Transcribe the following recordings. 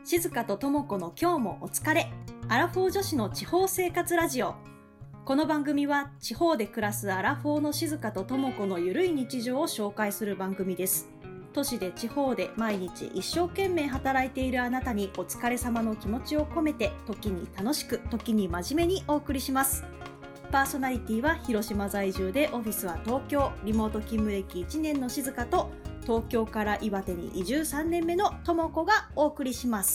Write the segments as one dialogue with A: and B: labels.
A: 静香と智子の今日もお疲れ。アラフォー女子の地方生活ラジオ。この番組は地方で暮らすアラフォーの静香と智子のゆるい日常を紹介する番組です。都市で地方で毎日一生懸命働いているあなたにお疲れ様の気持ちを込めて、時に楽しく時に真面目にお送りします。パーソナリティは広島在住でオフィスは東京、リモート勤務歴1年の静香と、東京から岩手に移住3年目の智子がお送りします。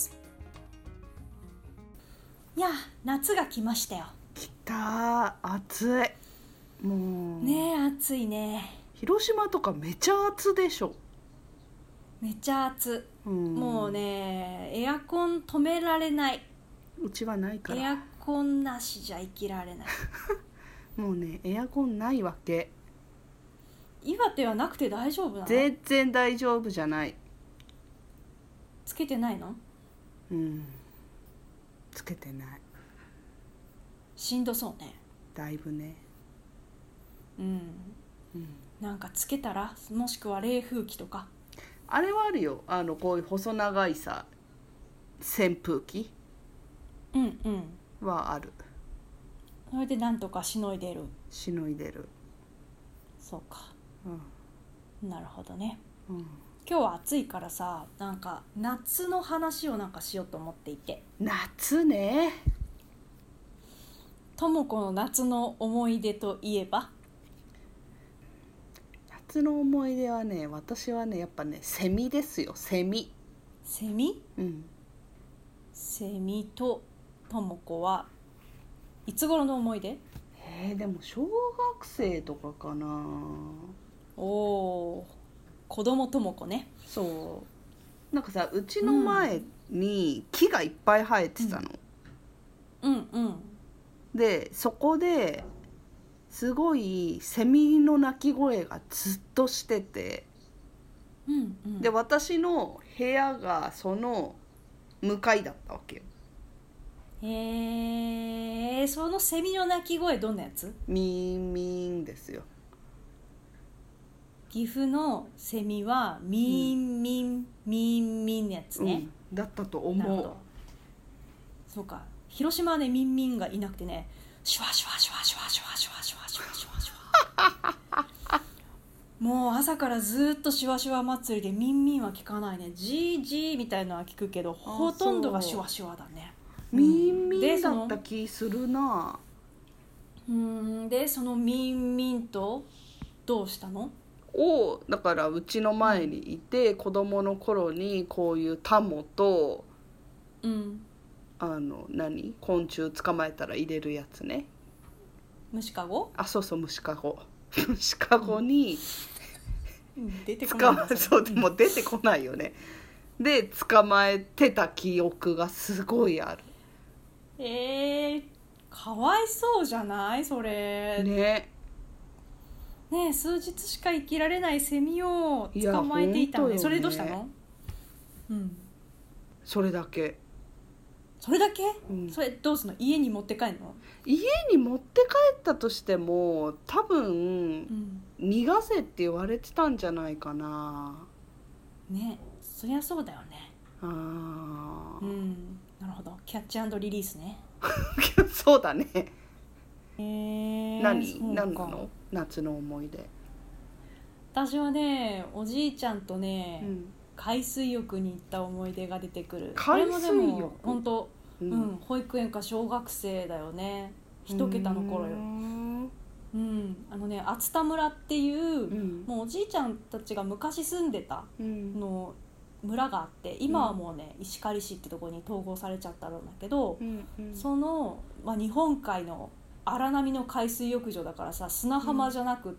A: いや、夏が来ましたよ。
B: 来た、暑い。もう
A: ねえ、暑いね。
B: 広島とかめちゃ暑でしょ。
A: めちゃ暑、もうね、エアコン止められない。
B: うちはないから。
A: エアコンなしじゃ生きられない
B: もうね、エアコンないわけ。
A: 岩手はなくて大丈夫なの？
B: 全然大丈夫じゃない。
A: つけてないの？
B: つけてない。
A: しんどそうね。
B: だいぶね。
A: なんかつけたら、もしくは冷風機とか。
B: あれはあるよ。こういう細長いさ、扇風機はある。
A: それでなんとかしのいでる。そうか。なるほどね。今日は暑いからさ、なんか夏の話をなんかしようと思っていて。
B: 夏ね。
A: 智子の夏の思い出といえば？
B: 夏の思い出はね、私はね、やっぱね、セミですよ。セミ。
A: セミと智子はいつ頃の思い出？
B: でも小学生とかかな。
A: 子供智子ね。
B: そうなんかさ、うちの前に木がいっぱい生えてたの。でそこですごいセミの鳴き声がずっとしてて、で私の部屋がその向かいだったわけよ。
A: そのセミの鳴き声どんなやつ？
B: ミーンミーンですよ。
A: 岐阜のセミはミーンミン、ミーンミンのやつね、
B: だったと思う。
A: なるほど。そうか。広島はね、ミンミンがいなくてね、シュワシュワシュワシュワシュワシュワシュワシュワシュワシュワもう朝からずっとシュワシュワ祭りで、ミンミンは聞かないね。ジージーみたいなのは聞くけど、ほとんどがシュワシュワだね。
B: ミンミンだった気するな。
A: でそのミンミンとどうしたの？
B: だからうちの前にいて、子供の頃にこういうタモと、昆虫捕まえたら入れるやつね。
A: 虫かご？
B: そうそう、虫かご虫かごに、
A: 出てこない。
B: そう、でも出てこないよね。で捕まえてた記憶がすごいある。
A: かわいそうじゃないそれね。数日しか生きられないセミを捕まえていたのね。それでどうしたの？
B: それだけ。
A: それだけ？それどうすんの？家に持って帰るの？
B: 家に持って帰ったとしても多分、逃がせって言われてたんじゃないかな。ね、
A: そりゃそうだよね。なるほど。キャッチ&リリースね。
B: そうだね。何なの？夏の思い出。
A: 私はね、おじいちゃんとね、海水浴に行った思い出が出てくる。
B: 海水浴？
A: これもでも本当、保育園か小学生だよね。一桁の頃よ。熱田村っていう、もうおじいちゃんたちが昔住んでたの村があって、今はもうね、石狩市ってところに統合されちゃったんだけど、その、日本海の荒波の海水浴場だからさ、砂浜じゃなくって、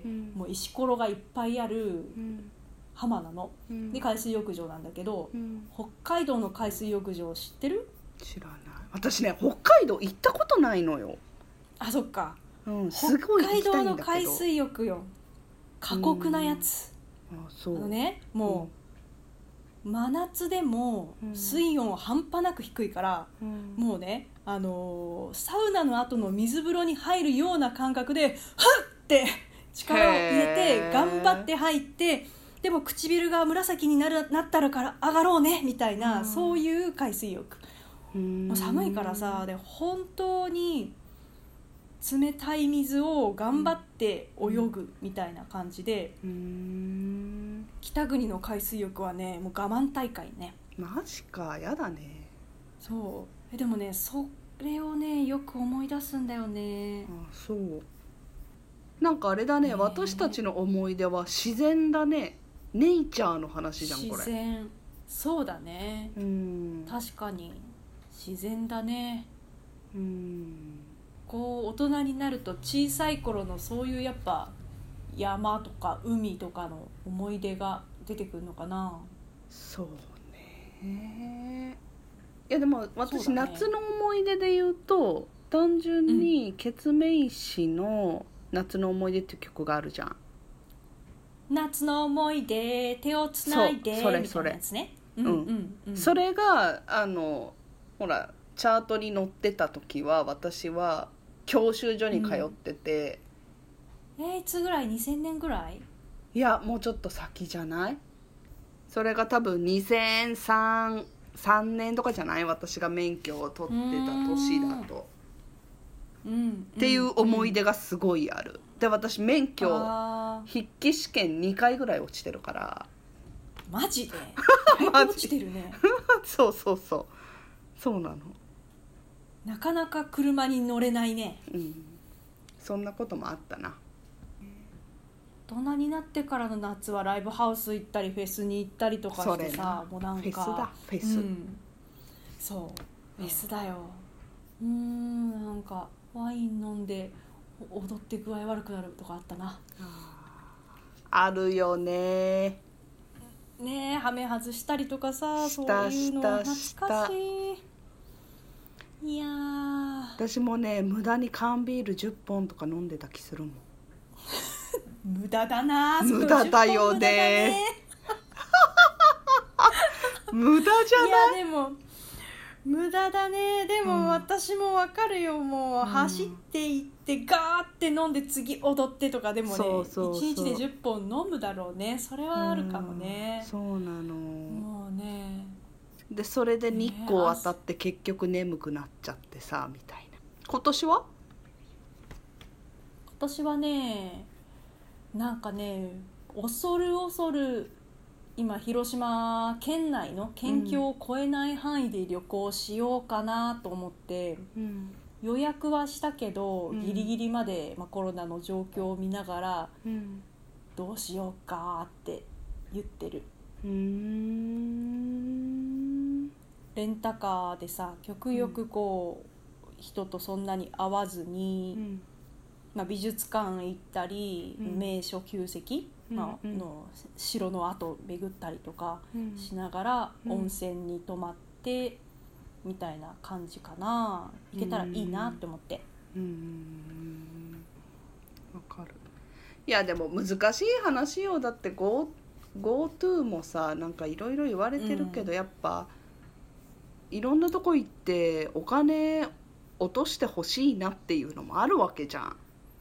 A: もう石ころがいっぱいある浜なの、で海水浴場なんだけど、北海道の海水浴場知ってる？
B: 知らない。私ね、北海道行ったことないのよ。
A: そっか。
B: すごい行きたいんだけど。北海道の
A: 海水浴よ。過酷なやつ。もう真夏でも水温半端なく低いから、もうね、サウナの後の水風呂に入るような感覚で、はっって力を入れて頑張って入って、 でも唇が紫になったらから上がろうねみたいな、そういう海水浴。もう寒いからさ、で本当に冷たい水を頑張って泳ぐみたいな感じで、北国の海水浴はねもう我慢大会ね。
B: マジか、やだね。
A: そうでもねそれをねよく思い出すんだよね。
B: あ、そう。なんかあれだね、私たちの思い出は自然だね。ネイチャーの話じゃんこれ。
A: 自然、そうだね。確かに自然だね。こう大人になると小さい頃のそういうやっぱ山とか海とかの思い出が出てくるのかな。
B: そうね。いやでも私、夏の思い出で言うと単純にケツメイシの夏の思い出っていう曲があるじゃん。
A: 夏の思い出手をつないでみたいなやつね。
B: それがほらチャートに載ってた時は私は教習所に通ってて、
A: いつぐらい2000年ぐらい？
B: いやもうちょっと先じゃない？それが多分2003年とかじゃない？私が免許を取ってた年だと、っていう思い出がすごいある。で私免許筆記試験2回ぐらい落ちてるから。
A: マジで？だいぶ落ちてるね。
B: そうそうなの。
A: なかなか車に乗れないね。
B: そんなこともあったな。
A: 大人になってからの夏はライブハウス行ったりフェスに行ったりとかしてさ、もうなんか
B: フェスだ、フェス、
A: そうフェスだよ。なんかワイン飲んで踊って具合悪くなるとかあったな。
B: あるよね。
A: ねえ、ハメ外したりとかさ、そういうの懐かしい。いや
B: 私もね無駄に缶ビール10本とか飲んでた気するもん。
A: 無駄だな。
B: 無駄だよね。無駄じゃない？
A: いやでも無駄だね。でも私もわかるよ。もう走って行ってガーって飲んで次踊ってとか。でもね1日で10本飲むだろうね。それはあるかもね。
B: そうなの。
A: もうね
B: でそれで日光当たって結局眠くなっちゃってさみたいな。今年はねなんかね恐る今広島県内の県境を越えない範囲で旅行しようかなと思って、予約はしたけど、ギリギリまで、コロナの状況を見ながら、どうしようかって言ってる。レンタカーでさ極力こう、人とそんなに会わずに、美術館行ったり、名所旧跡、の城の跡巡ったりとかしながら、温泉に泊まってみたいな感じかな。行けたらいいなって思って。わかる。いやでも難しい話よ。だって GoTo もさなんかいろいろ言われてるけど、やっぱいろんなとこ行ってお金落としてほしいなっていうのもあるわけじゃん。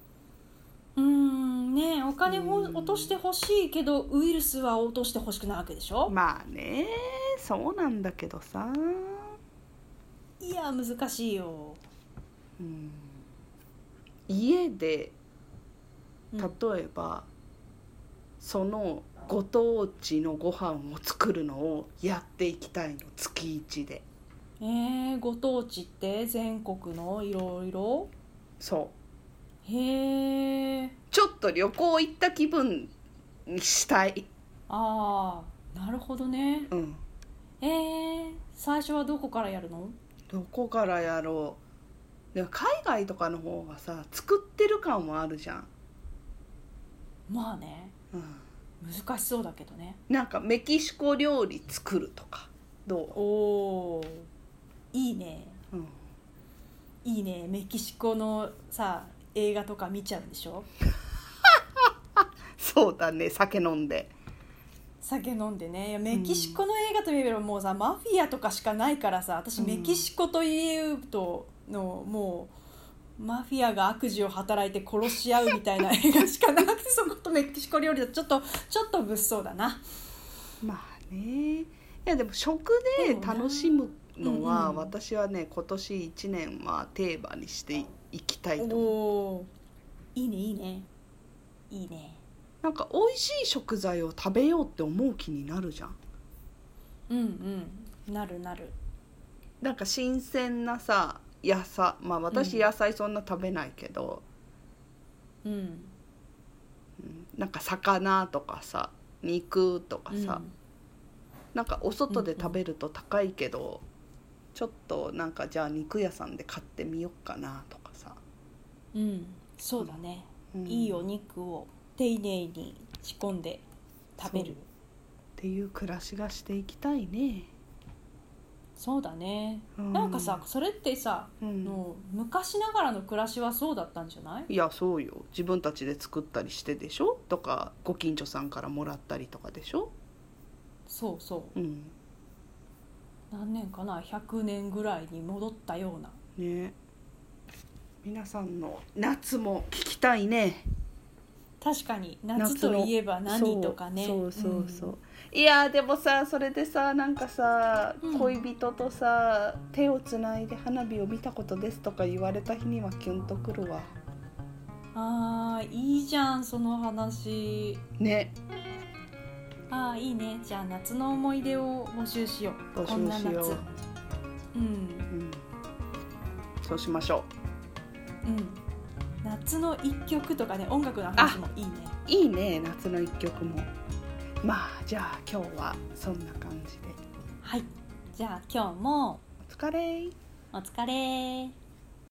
A: ね、お金を落としてほしいけどウイルスは落としてほしくないわけでしょ。
B: まあね、そうなんだけどさ。
A: いや難しいよ。
B: 家で例えば、そのご当地のご飯を作るのをやっていきたいの、月1で。
A: ご当地って全国のいろいろ。
B: そう
A: へえ。
B: ちょっと旅行行った気分にしたい。
A: ああ、なるほどね。最初はどこからやるの？
B: どこからやろう。でも海外とかの方がさ作ってる感はあるじゃん。
A: まあね、難しそうだけどね。
B: なんかメキシコ料理作るとかどう？
A: おー、いいね、いいね。メキシコのさ映画とか見ちゃうんでしょ？
B: そうだね、酒飲んで
A: ね。メキシコの映画といえばもうさ、マフィアとかしかないからさ、私メキシコというとのもマフィアが悪事を働いて殺し合うみたいな映画しかなくて、そことメキシコ料理だとちょっと物騒だな。
B: まあね。いやでも食で楽しむのは、私はね今年1年はテーマにしていきたいと思う。
A: いいねいいねいいね。
B: なんか美味しい食材を食べようって思う気になるじゃん。
A: なるなる。
B: なんか新鮮なさ野菜、まあ私野菜そんな食べないけど、なんか魚とかさ肉とかさ、なんかお外で食べると高いけど、ちょっとなんかじゃあ肉屋さんで買ってみようかなとかさ。
A: そうだね、いいお肉を丁寧に仕込んで食べる
B: っていう暮らしがしていきたいね。
A: そうだね、なんかさそれってさ、の昔ながらの暮らしはそうだったんじゃない？
B: いやそうよ、自分たちで作ったりしてでしょとか、ご近所さんからもらったりとかでしょ。
A: そう、何年かな、100年ぐらいに戻ったような
B: ね。皆さんの夏も聞きたいね。
A: 確かに夏といえば何とかね。
B: そういやでもさ、それでさなんかさ、恋人とさ手をつないで花火を見たことですとか言われた日にはキュンとくるわ。
A: いいじゃんその話
B: ね。
A: いいね。じゃあ夏の思い出を募集しよう。こんな夏。
B: そうしましょ
A: う。夏の一曲とかね、音楽の話もいいね。
B: いいね、夏の一曲も。まあじゃあ今日はそんな感じで。
A: はい。じゃあ今日も
B: お疲れ。
A: お疲れ。